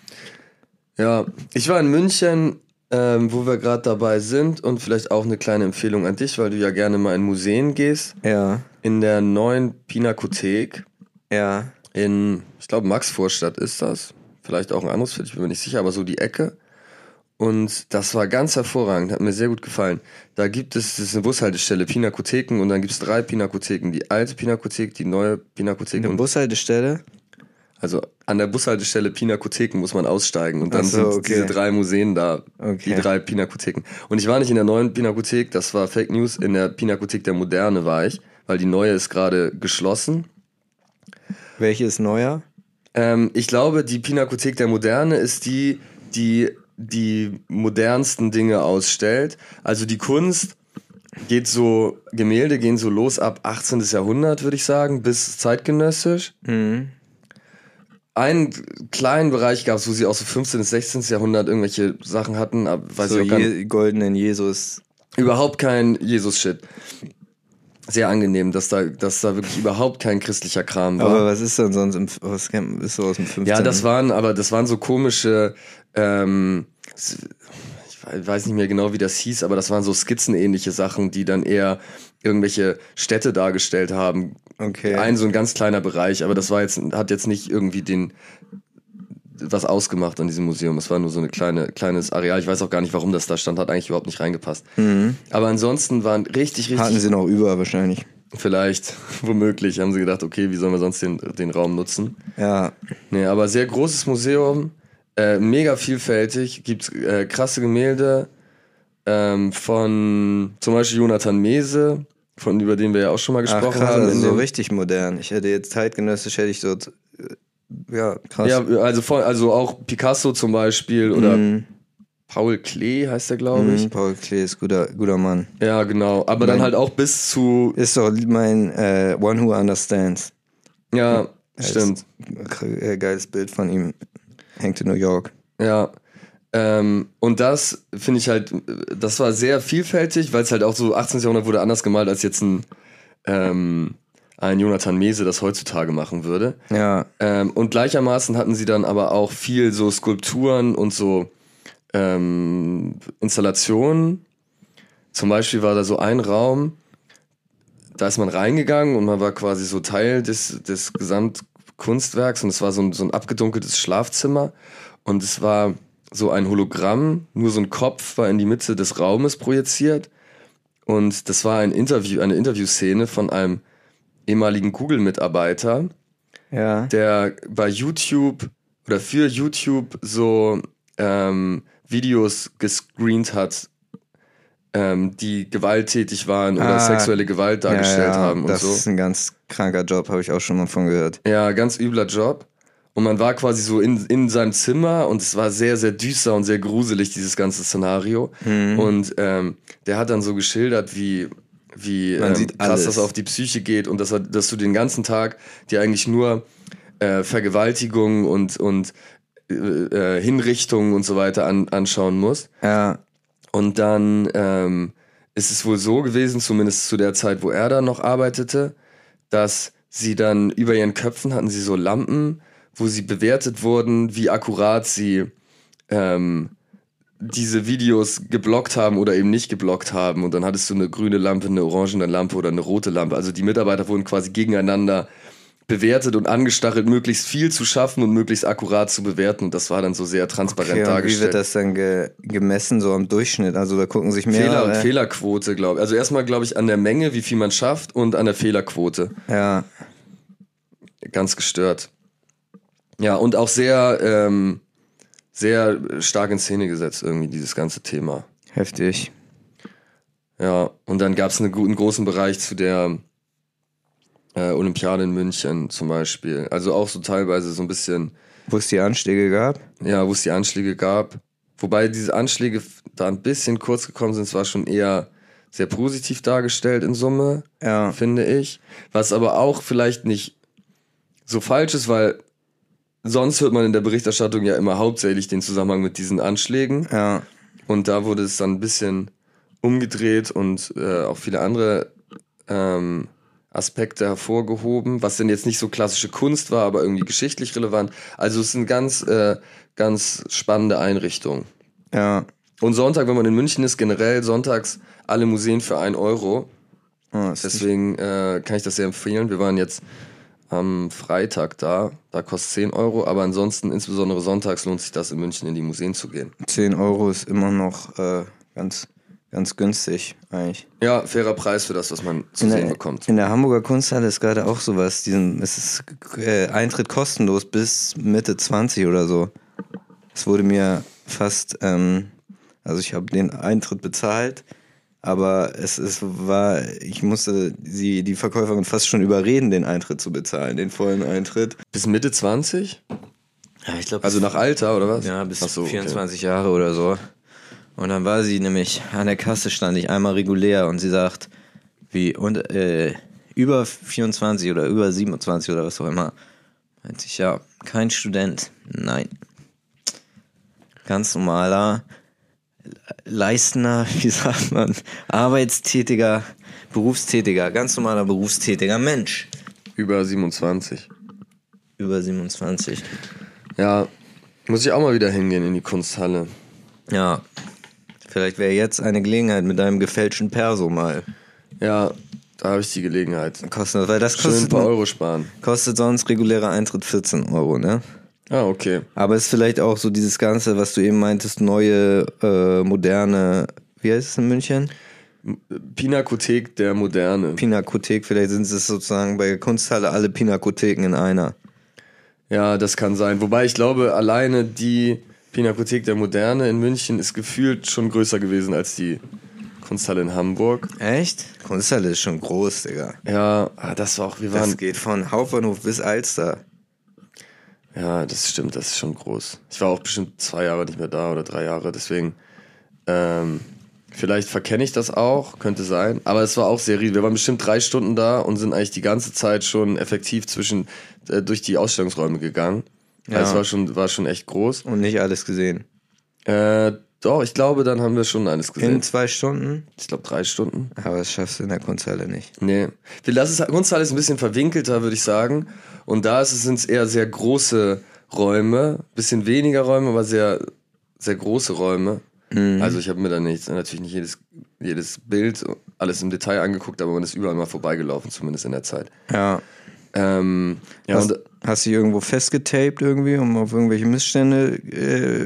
Ja, ich war in München, ähm, wo wir gerade dabei sind und vielleicht auch eine kleine Empfehlung an dich, weil du ja gerne mal in Museen gehst. ja, In der neuen Pinakothek. ja, in, ich glaube, Maxvorstadt ist das. Vielleicht auch ein anderes Viertel, ich bin mir nicht sicher, aber so die Ecke. Und das war ganz hervorragend, hat mir sehr gut gefallen. Da gibt es, das ist eine Bushaltestelle, Pinakotheken, und dann gibt es drei Pinakotheken. Die alte Pinakothek, die neue Pinakothek. Eine Bushaltestelle? Also an der Bushaltestelle Pinakotheken muss man aussteigen und dann so, sind okay. diese drei Museen da, Okay. die drei Pinakotheken. Und ich war nicht in der neuen Pinakothek, das war Fake News, in der Pinakothek der Moderne war ich, weil die neue ist gerade geschlossen. Welche ist neuer? Ähm, ich glaube, die Pinakothek der Moderne ist die, die die modernsten Dinge ausstellt. Also die Kunst geht so, Gemälde gehen so los ab achtzehnten Jahrhundert, würde ich sagen, bis zeitgenössisch. Mhm. Einen kleinen Bereich gab es, wo sie auch so fünfzehnten, sechzehnten Jahrhundert irgendwelche Sachen hatten, aber weiß so ich auch gar Je- nicht. goldenen Jesus. Überhaupt kein Jesus-Shit. Sehr angenehm, dass da, dass da wirklich überhaupt kein christlicher Kram war. Aber was ist denn sonst im, was kennt- ist so aus dem fünfzehnten? Ja, das waren, aber das waren so komische, ähm, ich weiß nicht mehr genau, wie das hieß, aber das waren so skizzenähnliche Sachen, die dann eher irgendwelche Städte dargestellt haben. Okay. Ein so ein ganz kleiner Bereich, aber das war jetzt, hat jetzt nicht irgendwie den, was ausgemacht an diesem Museum. Es war nur so ein kleine, kleines Areal. Ich weiß auch gar nicht, warum das da stand, hat eigentlich überhaupt nicht reingepasst. Mhm. Aber ansonsten waren richtig, richtig... Hatten sie noch über wahrscheinlich. Vielleicht, womöglich, haben sie gedacht, okay, wie sollen wir sonst den, den Raum nutzen? Ja. Nee, aber sehr großes Museum, äh, mega vielfältig, gibt äh, krasse Gemälde ähm, von zum Beispiel Jonathan Mese, von über den wir ja auch schon mal Ach gesprochen krass, haben. also in so dem- richtig modern. Ich hätte jetzt zeitgenössisch, hätte ich so, äh, ja, krass. Ja, also, von, also auch Picasso zum Beispiel oder Mhm. Paul Klee heißt der, glaube ich. Mhm, Paul Klee ist guter, guter Mann. Ja, genau. Aber dann Mein- halt auch bis zu, Ist doch mein äh, One Who Understands. ja, Ja, stimmt. Ist, äh, geiles Bild von ihm. Hängt in New York. Ja. Ähm, und das finde ich halt, das war sehr vielfältig, weil es halt auch so achtzehnten. Jahrhundert wurde anders gemalt, als jetzt ein, ähm, ein Jonathan Mese das heutzutage machen würde. Ja. Ähm, und gleichermaßen hatten sie dann aber auch viel so Skulpturen und so ähm, Installationen. Zum Beispiel war da so ein Raum, da ist man reingegangen und man war quasi so Teil des, des Gesamtkunstwerks und es war so ein, so ein abgedunkeltes Schlafzimmer und es war so ein Hologramm, nur so ein Kopf war in die Mitte des Raumes projiziert und das war ein Interview, eine Interviewszene von einem ehemaligen Google-Mitarbeiter, Ja. der bei YouTube oder für YouTube so ähm, Videos gescreent hat, ähm, die gewalttätig waren oder Ah, sexuelle Gewalt dargestellt ja, ja, haben und das so. ist ein ganz kranker Job, habe ich auch schon mal von gehört. Ja, ganz übler Job. Und man war quasi so in, in seinem Zimmer und es war sehr, sehr düster und sehr gruselig, dieses ganze Szenario. Mhm. Und ähm, der hat dann so geschildert, wie, wie Man ähm, sieht krass alles. das auf die Psyche geht und dass, er, dass du den ganzen Tag dir eigentlich nur äh, Vergewaltigungen und, und äh, äh, Hinrichtungen und so weiter an, anschauen musst. Ja. Und dann ähm, ist es wohl so gewesen, zumindest zu der Zeit, wo er da noch arbeitete, dass sie dann über ihren Köpfen hatten sie so Lampen, wo sie bewertet wurden, wie akkurat sie ähm, diese Videos geblockt haben oder eben nicht geblockt haben. Und dann hattest du eine grüne Lampe, eine orangene Lampe oder eine rote Lampe. Also die Mitarbeiter wurden quasi gegeneinander bewertet und angestachelt, möglichst viel zu schaffen und möglichst akkurat zu bewerten. Und das war dann so sehr transparent Okay, und wie dargestellt. wird das dann ge gemessen, so am Durchschnitt? Also da gucken sich Fehler mehrere... und Fehlerquote, glaube ich. Also erstmal, glaube ich, an der Menge, wie viel man schafft und an der Fehlerquote. Ja. Ganz gestört. Ja, und auch sehr, ähm, sehr stark in Szene gesetzt, irgendwie, dieses ganze Thema. Heftig. Ja, und dann gab es eine, einen großen Bereich zu der äh, Olympiade in München zum Beispiel. Also auch so teilweise so ein bisschen, Wo es die Anschläge gab? ja, wo es die Anschläge gab. Wobei diese Anschläge da ein bisschen kurz gekommen sind, es war schon eher sehr positiv dargestellt in Summe, Ja. finde ich. Was aber auch vielleicht nicht so falsch ist, weil sonst hört man in der Berichterstattung ja immer hauptsächlich den Zusammenhang mit diesen Anschlägen. Ja. Und da wurde es dann ein bisschen umgedreht und äh, auch viele andere ähm, Aspekte hervorgehoben, was denn jetzt nicht so klassische Kunst war, aber irgendwie geschichtlich relevant. Also es ist eine ganz, äh, ganz spannende Einrichtung. Ja. Und Sonntag, wenn man in München ist, generell sonntags alle Museen für ein Euro. Oh, das ist Deswegen äh, kann ich das sehr empfehlen. Wir waren jetzt am Freitag da. Da kostet zehn Euro, aber ansonsten, insbesondere sonntags, lohnt sich das in München in die Museen zu gehen. zehn Euro ist immer noch äh, ganz, ganz günstig eigentlich. Ja, fairer Preis für das, was man zu In sehen der, bekommt. in der Hamburger Kunsthalle ist gerade auch sowas. Diesen, es ist äh, Eintritt kostenlos bis Mitte zwanzig oder so. Es wurde mir fast, ähm, also ich habe den Eintritt bezahlt, aber es, es war, ich musste sie, die Verkäuferin fast schon überreden, den Eintritt zu bezahlen, den vollen Eintritt. Bis Mitte zwanzig? Ja, ich glaube. Also nach Alter, oder was? Ja, bis Ach so, vierundzwanzig okay. Jahre oder so. Und dann war sie nämlich, an der Kasse stand ich einmal regulär und sie sagt, wie, und äh, über vierundzwanzig oder über siebenundzwanzig oder was auch immer. Meinte ich, ja, kein Student. Nein. Ganz normaler, leistender, wie sagt man, arbeitstätiger, berufstätiger, ganz normaler berufstätiger Mensch. Über siebenundzwanzig. Über siebenundzwanzig. Ja, muss ich auch mal wieder hingehen in die Kunsthalle. Ja, vielleicht wäre jetzt eine Gelegenheit mit deinem gefälschten Perso mal. Ja, da habe ich die Gelegenheit. Kostet, weil das Schön kostet ein paar Euro sparen. Kostet sonst regulärer Eintritt vierzehn Euro, ne? Ah, okay. Aber es ist vielleicht auch so dieses Ganze, was du eben meintest, neue, äh, moderne, wie heißt es in München? Pinakothek der Moderne. Pinakothek, vielleicht sind es sozusagen bei der Kunsthalle alle Pinakotheken in einer. Ja, das kann sein. Wobei ich glaube, alleine die Pinakothek der Moderne in München ist gefühlt schon größer gewesen als die Kunsthalle in Hamburg. Echt? Kunsthalle ist schon groß, Digga. Ja, das war auch, wir waren... Das geht von Hauptbahnhof bis Alster. Ja, das stimmt, das ist schon groß. Ich war auch bestimmt zwei Jahre nicht mehr da oder drei Jahre, deswegen ähm, vielleicht verkenne ich das auch, könnte sein. Aber es war auch sehr riesig. Wir waren bestimmt drei Stunden da und sind eigentlich die ganze Zeit schon effektiv zwischen äh, durch die Ausstellungsräume gegangen. Ja. Also es war schon, war schon echt groß. Und nicht alles gesehen. Äh, doch, ich glaube, dann haben wir schon alles gesehen. In zwei Stunden? Ich glaube drei Stunden. Aber das schaffst du in der Kunsthalle nicht. Nee. Das ist, Kunsthalle ist ein bisschen verwinkelter, würde ich sagen. Und da sind es eher sehr große Räume. Bisschen weniger Räume, aber sehr, sehr große Räume. Mhm. Also ich habe mir da nicht, natürlich nicht jedes, jedes Bild, alles im Detail angeguckt, aber man ist überall mal vorbeigelaufen, zumindest in der Zeit. Ja. Ähm, ja hast, und, hast du dich irgendwo festgetaped irgendwie, um auf irgendwelche Missstände äh,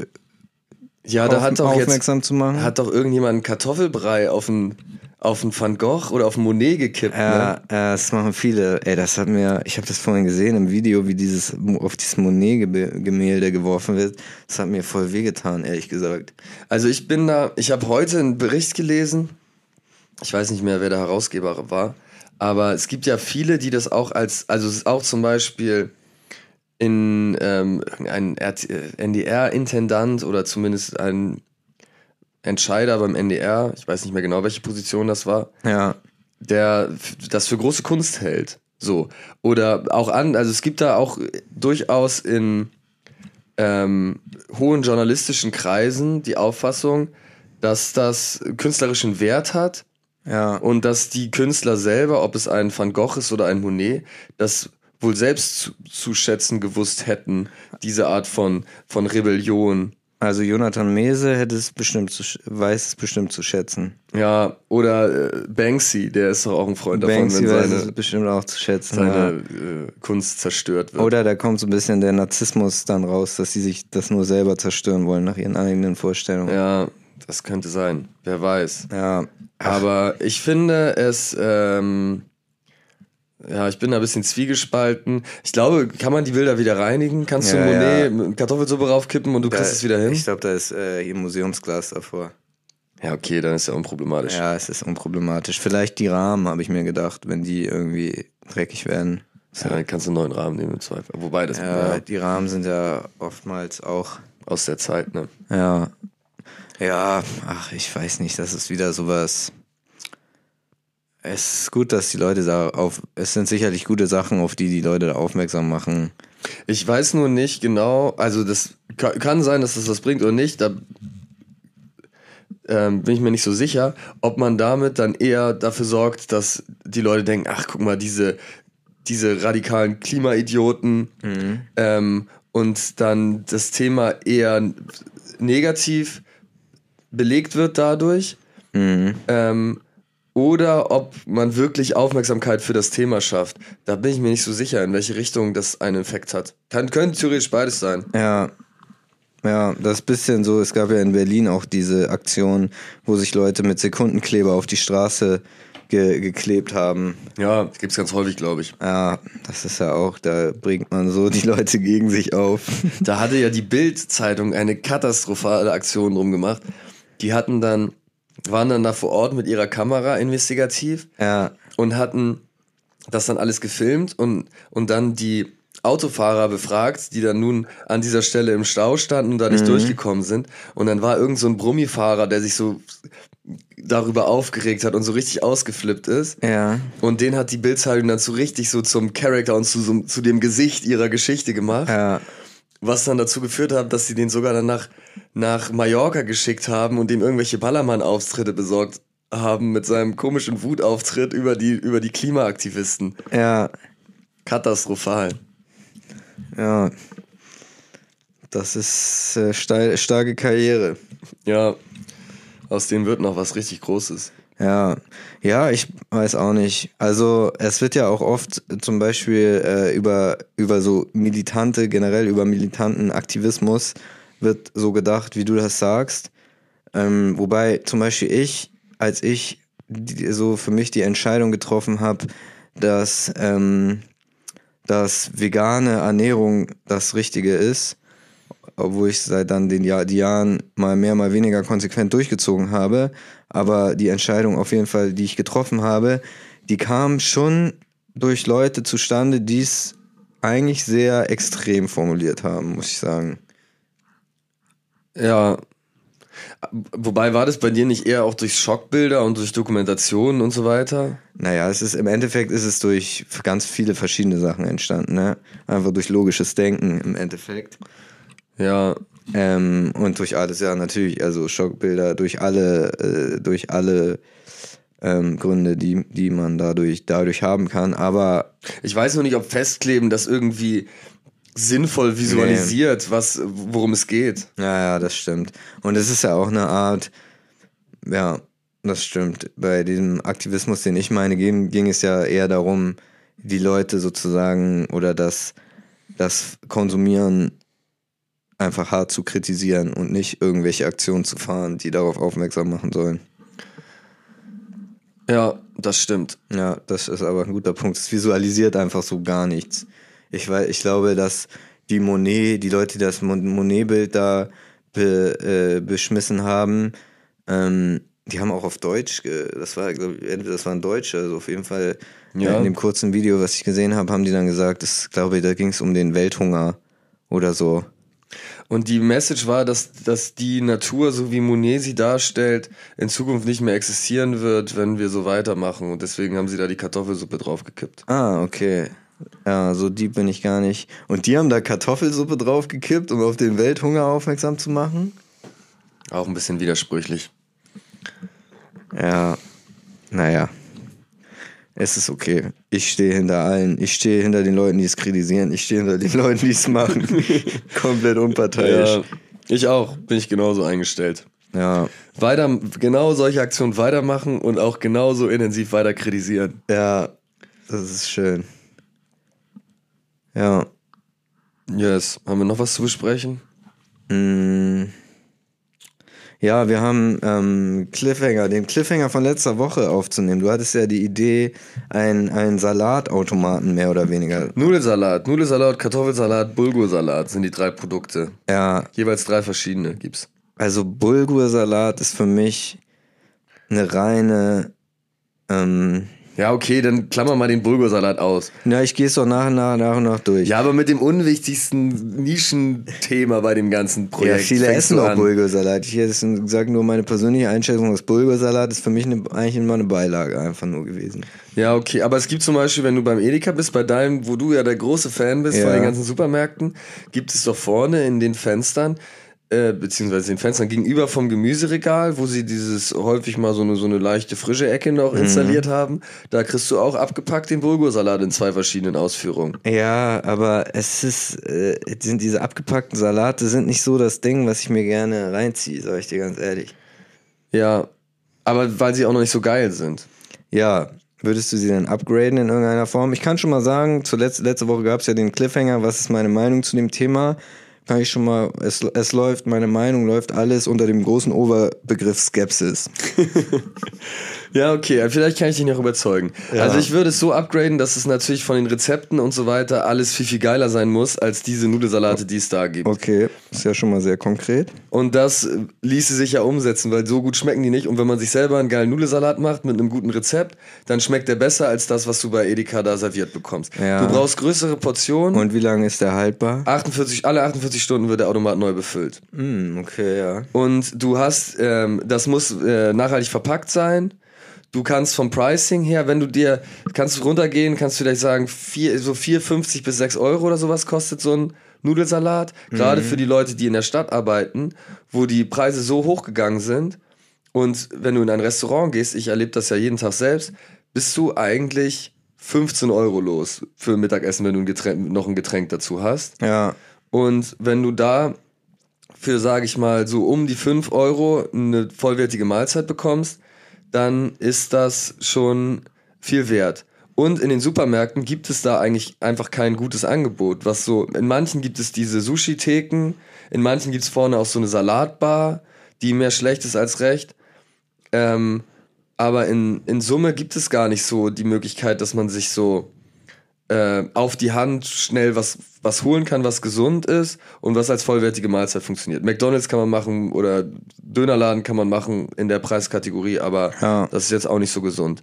ja, da auf, hat doch aufmerksam jetzt, zu machen? Hat doch irgendjemand einen Kartoffelbrei auf einen, auf einen Van Gogh oder auf einen Monet gekippt, ja, ne? Ja, das machen viele. Ey, das hat mir, ich habe das vorhin gesehen im Video, wie dieses auf dieses Monet-Gemälde geworfen wird. Das hat mir voll wehgetan, ehrlich gesagt. Also ich bin da, ich habe heute einen Bericht gelesen, ich weiß nicht mehr, wer der Herausgeber war, aber es gibt ja viele, die das auch als, also es ist auch zum Beispiel in ähm, ein N D R-Intendant oder zumindest ein Entscheider beim N D R, ich weiß nicht mehr genau, welche Position das war, ja, der das für große Kunst hält. So. Oder auch an, also es gibt da auch durchaus in ähm, hohen journalistischen Kreisen die Auffassung, dass das künstlerischen Wert hat. Ja. Und dass die Künstler selber, ob es ein Van Gogh ist oder ein Monet, das wohl selbst zu, zu schätzen gewusst hätten, diese Art von, von Rebellion. Also Jonathan Mese hätte es bestimmt zu, weiß es bestimmt zu schätzen. Ja, oder äh, Banksy, der ist doch auch ein Freund Banksy davon, wenn weiß seine, es bestimmt auch zu schätzen, seine ja. äh, Kunst zerstört wird. Oder da kommt so ein bisschen der Narzissmus dann raus, dass sie sich das nur selber zerstören wollen nach ihren eigenen Vorstellungen. Ja, das könnte sein. Wer weiß. Ja. Ach. Aber ich finde es, ähm, ja, ich bin da ein bisschen zwiegespalten. Ich glaube, kann man die Bilder wieder reinigen? Kannst ja, du Monet ja. mit Kartoffelsuppe raufkippen und du da, kriegst es wieder hin? Ich glaube, da ist äh, hier Museumsglas davor. Ja, okay, dann ist ja unproblematisch. Ja, es ist unproblematisch. Vielleicht die Rahmen, habe ich mir gedacht, wenn die irgendwie dreckig werden. Ja, dann kannst du einen neuen Rahmen nehmen im Zweifel. Wobei, das ja, ja, die Rahmen sind ja oftmals auch aus der Zeit, ne? Ja. Ja, ach, ich weiß nicht, das ist wieder sowas. Es ist gut, dass die Leute da auf, es sind sicherlich gute Sachen, auf die die Leute da aufmerksam machen. Ich weiß nur nicht genau, also das kann, kann sein, dass das was bringt oder nicht, da ähm, bin ich mir nicht so sicher, ob man damit dann eher dafür sorgt, dass die Leute denken, ach guck mal, diese, diese radikalen Klimaidioten mhm. ähm, und dann das Thema eher negativ belegt wird dadurch. Mhm. Ähm, oder ob man wirklich Aufmerksamkeit für das Thema schafft. Da bin ich mir nicht so sicher, in welche Richtung das einen Effekt hat. Kann, könnte theoretisch beides sein. Ja, ja, das ist ein bisschen so, es gab ja in Berlin auch diese Aktion, wo sich Leute mit Sekundenkleber auf die Straße ge- geklebt haben. Ja, das gibt's ganz häufig, glaube ich. Ja, das ist ja auch, da bringt man so die Leute gegen sich auf. Da hatte ja die Bild-Zeitung eine katastrophale Aktion drum gemacht. Die hatten dann, waren dann da vor Ort mit ihrer Kamera investigativ Ja. und hatten das dann alles gefilmt und, und dann die Autofahrer befragt, die dann nun an dieser Stelle im Stau standen und da nicht mhm. durchgekommen sind. Und dann war irgend so ein Brummifahrer, der sich so darüber aufgeregt hat und so richtig ausgeflippt ist. Ja. Und den hat die Bildzeitung dann so richtig so zum Charakter und zu, so, zu dem Gesicht ihrer Geschichte gemacht. Ja. Was dann dazu geführt hat, dass sie den sogar dann nach, nach Mallorca geschickt haben und dem irgendwelche Ballermann-Auftritte besorgt haben mit seinem komischen Wutauftritt über die, über die Klimaaktivisten. Ja. Katastrophal. Ja. Das ist äh, steil, starke Karriere. Ja. Aus denen wird noch was richtig Großes. Ja, ja, ich weiß auch nicht. Also es wird ja auch oft zum Beispiel äh, über, über so militante, generell über militanten Aktivismus wird so gedacht, wie du das sagst. Ähm, wobei zum Beispiel ich, als ich die, so für mich die Entscheidung getroffen habe, dass, ähm, dass vegane Ernährung das Richtige ist, obwohl ich seit dann den Jahr, die Jahren mal mehr, mal weniger konsequent durchgezogen habe. Aber die Entscheidung auf jeden Fall, die ich getroffen habe, die kam schon durch Leute zustande, die es eigentlich sehr extrem formuliert haben, muss ich sagen. Ja. Wobei, war das bei dir nicht eher auch durch Schockbilder und durch Dokumentationen und so weiter? Naja, es ist im Endeffekt ist es durch ganz viele verschiedene Sachen entstanden, ne? Einfach durch logisches Denken im Endeffekt. Ja. Ähm, und durch alles, ja, natürlich, also Schockbilder, durch alle, äh, durch alle ähm, Gründe, die, die man dadurch, dadurch haben kann, aber... Ich weiß noch nicht, ob Festkleben das irgendwie sinnvoll visualisiert, nee. was, worum es geht. Ja, ja, das stimmt. Und es ist ja auch eine Art, ja, das stimmt. Bei diesem Aktivismus, den ich meine, ging, ging es ja eher darum, die Leute sozusagen oder das, das Konsumieren einfach hart zu kritisieren und nicht irgendwelche Aktionen zu fahren, die darauf aufmerksam machen sollen. Ja, das stimmt. Ja, das ist aber ein guter Punkt. Es visualisiert einfach so gar nichts. Ich, weil, ich glaube, dass die Monet, die Leute, die das Monet-Bild da be, äh, beschmissen haben, ähm, die haben auch auf Deutsch, ge- das war, glaub ich, entweder das waren Deutsche, also auf jeden Fall ja. äh, in dem kurzen Video, was ich gesehen habe, haben die dann gesagt, das, glaube ich, da ging es um den Welthunger oder so. Und die Message war, dass, dass die Natur, so wie Monet sie darstellt, in Zukunft nicht mehr existieren wird, wenn wir so weitermachen. Und deswegen haben sie da die Kartoffelsuppe draufgekippt. Ah, okay. Ja, so deep bin ich gar nicht. Und die haben da Kartoffelsuppe draufgekippt, um auf den Welthunger aufmerksam zu machen? Auch ein bisschen widersprüchlich. Ja, naja. Es ist okay. Ich stehe hinter allen. Ich stehe hinter den Leuten, die es kritisieren. Ich stehe hinter den Leuten, die es machen. Komplett unparteiisch. Ja, ich auch. Bin ich genauso eingestellt. Ja. Weiter, genau solche Aktionen weitermachen und auch genauso intensiv weiter kritisieren. Ja, das ist schön. Ja. Yes. Haben wir noch was zu besprechen? Mm. Ja, wir haben ähm, Cliffhanger, den Cliffhanger von letzter Woche aufzunehmen. Du hattest ja die Idee, einen, einen Salatautomaten mehr oder weniger. Nudelsalat, Nudelsalat, Kartoffelsalat, Bulgursalat sind die drei Produkte. Ja. Jeweils drei verschiedene gibt's. Also Bulgursalat ist für mich eine reine... Ähm, Ja, okay, dann klammer mal den Bulgursalat aus. Na, ich gehe es doch nach und nach, nach und nach durch. Ja, aber mit dem unwichtigsten Nischenthema bei dem ganzen Projekt. Ja, viele essen auch Bulgursalat. Ich sage nur meine persönliche Einschätzung, das Bulgursalat ist für mich eine, eigentlich immer eine Beilage einfach nur gewesen. Ja, okay, aber es gibt zum Beispiel, wenn du beim Edeka bist, bei deinem, wo du ja der große Fan bist, ja, von den ganzen Supermärkten, gibt es doch vorne in den Fenstern, äh, beziehungsweise den Fenstern gegenüber vom Gemüseregal, wo sie dieses häufig mal so eine, so eine leichte frische Ecke noch installiert mhm. haben, da kriegst du auch abgepackt den Bulgursalat in zwei verschiedenen Ausführungen. Ja, aber es ist, äh, sind diese abgepackten Salate sind nicht so das Ding, was ich mir gerne reinziehe, sag ich dir ganz ehrlich. Ja, Aber weil sie auch noch nicht so geil sind. Ja, würdest du sie denn upgraden in irgendeiner Form? Ich kann schon mal sagen, zuletzt, letzte Woche gab es ja den Cliffhanger, was ist meine Meinung zu dem Thema? Kann ich schon mal, es, es läuft, meine Meinung läuft alles unter dem großen Oberbegriff Skepsis. Ja, okay, vielleicht kann ich dich noch überzeugen. Ja. Also ich würde es so upgraden, dass es natürlich von den Rezepten und so weiter alles viel, viel geiler sein muss, als diese Nudelsalate, die es da gibt. Okay, ist ja schon mal sehr konkret. Und das ließe sich ja umsetzen, weil so gut schmecken die nicht. Und wenn man sich selber einen geilen Nudelsalat macht mit einem guten Rezept, dann schmeckt der besser als das, was du bei Edeka da serviert bekommst. Ja. Du brauchst größere Portionen. Und wie lange ist der haltbar? achtundvierzig, alle achtundvierzig Stunden wird der Automat neu befüllt. Mm, okay, ja. Und du hast, ähm, das muss äh, nachhaltig verpackt sein. Du kannst vom Pricing her, wenn du dir, kannst du runtergehen, kannst du vielleicht sagen, vier, so vier fünfzig bis sechs Euro oder sowas kostet so ein Nudelsalat. Gerade mhm. für die Leute, die in der Stadt arbeiten, wo die Preise so hoch gegangen sind. Und wenn du in ein Restaurant gehst, ich erlebe das ja jeden Tag selbst, bist du eigentlich fünfzehn Euro los für Mittagessen, wenn du ein Getränk, noch ein Getränk dazu hast. Ja. Und wenn du da für, sage ich mal, so um die fünf Euro eine vollwertige Mahlzeit bekommst, dann ist das schon viel wert. Und in den Supermärkten gibt es da eigentlich einfach kein gutes Angebot. Was so, in manchen gibt es diese Sushi-Theken, in manchen gibt es vorne auch so eine Salatbar, die mehr schlecht ist als recht. Ähm, aber in, in Summe gibt es gar nicht so die Möglichkeit, dass man sich so äh, auf die Hand schnell was, was holen kann, was gesund ist und was als vollwertige Mahlzeit funktioniert. McDonald's kann man machen oder Dönerladen kann man machen in der Preiskategorie, aber ja. Das ist jetzt auch nicht so gesund.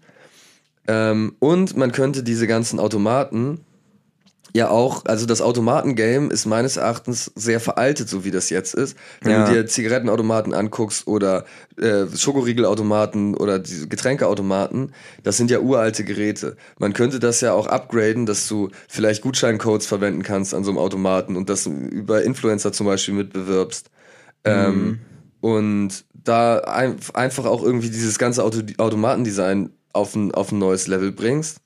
Ähm, und man könnte diese ganzen Automaten ja auch, also das Automatengame ist meines Erachtens sehr veraltet, so wie das jetzt ist. Wenn ja. du dir Zigarettenautomaten anguckst oder äh, Schokoriegelautomaten oder diese Getränkeautomaten, das sind ja uralte Geräte. Man könnte das ja auch upgraden, dass du vielleicht Gutscheincodes verwenden kannst an so einem Automaten und das über Influencer zum Beispiel mitbewirbst. Mhm. Ähm, und da ein, einfach auch irgendwie dieses ganze Auto, Automatendesign auf ein, auf ein neues Level bringst.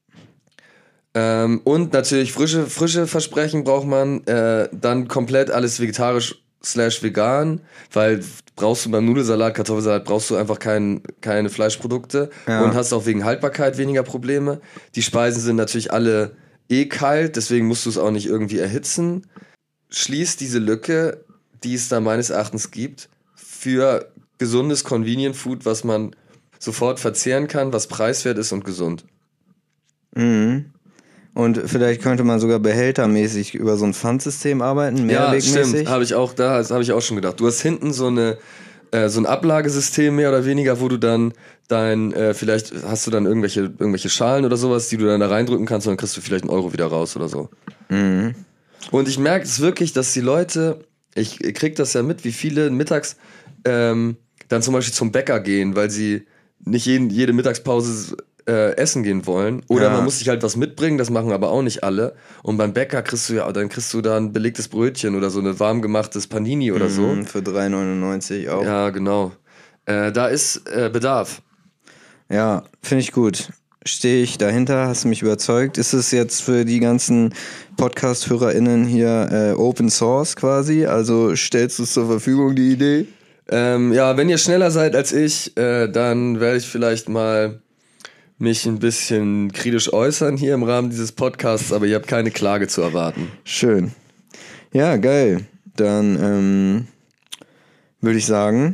Ähm, und natürlich frische, frische Versprechen braucht man, äh, dann komplett alles vegetarisch slash vegan, weil brauchst du beim Nudelsalat, Kartoffelsalat, brauchst du einfach kein, keine Fleischprodukte ja. und hast auch wegen Haltbarkeit weniger Probleme. Die Speisen sind natürlich alle eh kalt, deswegen musst du es auch nicht irgendwie erhitzen. Schließt diese Lücke, die es da meines Erachtens gibt, für gesundes Convenient Food, was man sofort verzehren kann, was preiswert ist und gesund. Mhm. Und vielleicht könnte man sogar behältermäßig über so ein Pfandsystem arbeiten, mehrwegmäßig. Ja, stimmt, habe ich auch, da habe ich auch schon gedacht. Du hast hinten so eine äh, so ein Ablagesystem mehr oder weniger, wo du dann dein, äh, vielleicht hast du dann irgendwelche, irgendwelche Schalen oder sowas, die du dann da reindrücken kannst und dann kriegst du vielleicht einen Euro wieder raus oder so. Mhm. Und ich merke es wirklich, dass die Leute, ich krieg das ja mit, wie viele mittags ähm, dann zum Beispiel zum Bäcker gehen, weil sie nicht jeden, jede Mittagspause äh, essen gehen wollen. Oder ja. man muss sich halt was mitbringen, das machen aber auch nicht alle. Und beim Bäcker kriegst du ja, dann kriegst du da ein belegtes Brötchen oder so ein warm gemachtes Panini oder so. Mhm, für drei neunundneunzig auch. Ja, genau. Äh, da ist äh, Bedarf. Ja, finde ich gut. Stehe ich dahinter, hast du mich überzeugt. Ist es jetzt für die ganzen Podcast-HörerInnen hier äh, Open Source quasi? Also stellst du es zur Verfügung, die Idee? Ähm, ja, wenn ihr schneller seid als ich, äh, dann werde ich vielleicht mal mich ein bisschen kritisch äußern hier im Rahmen dieses Podcasts, aber ihr habt keine Klage zu erwarten. Schön. Ja, geil. Dann ähm, würde ich sagen,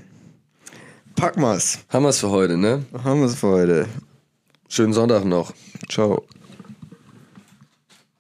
packen wir's. Haben wir's für heute, ne? Haben wir's für heute. Schönen Sonntag noch. Ciao.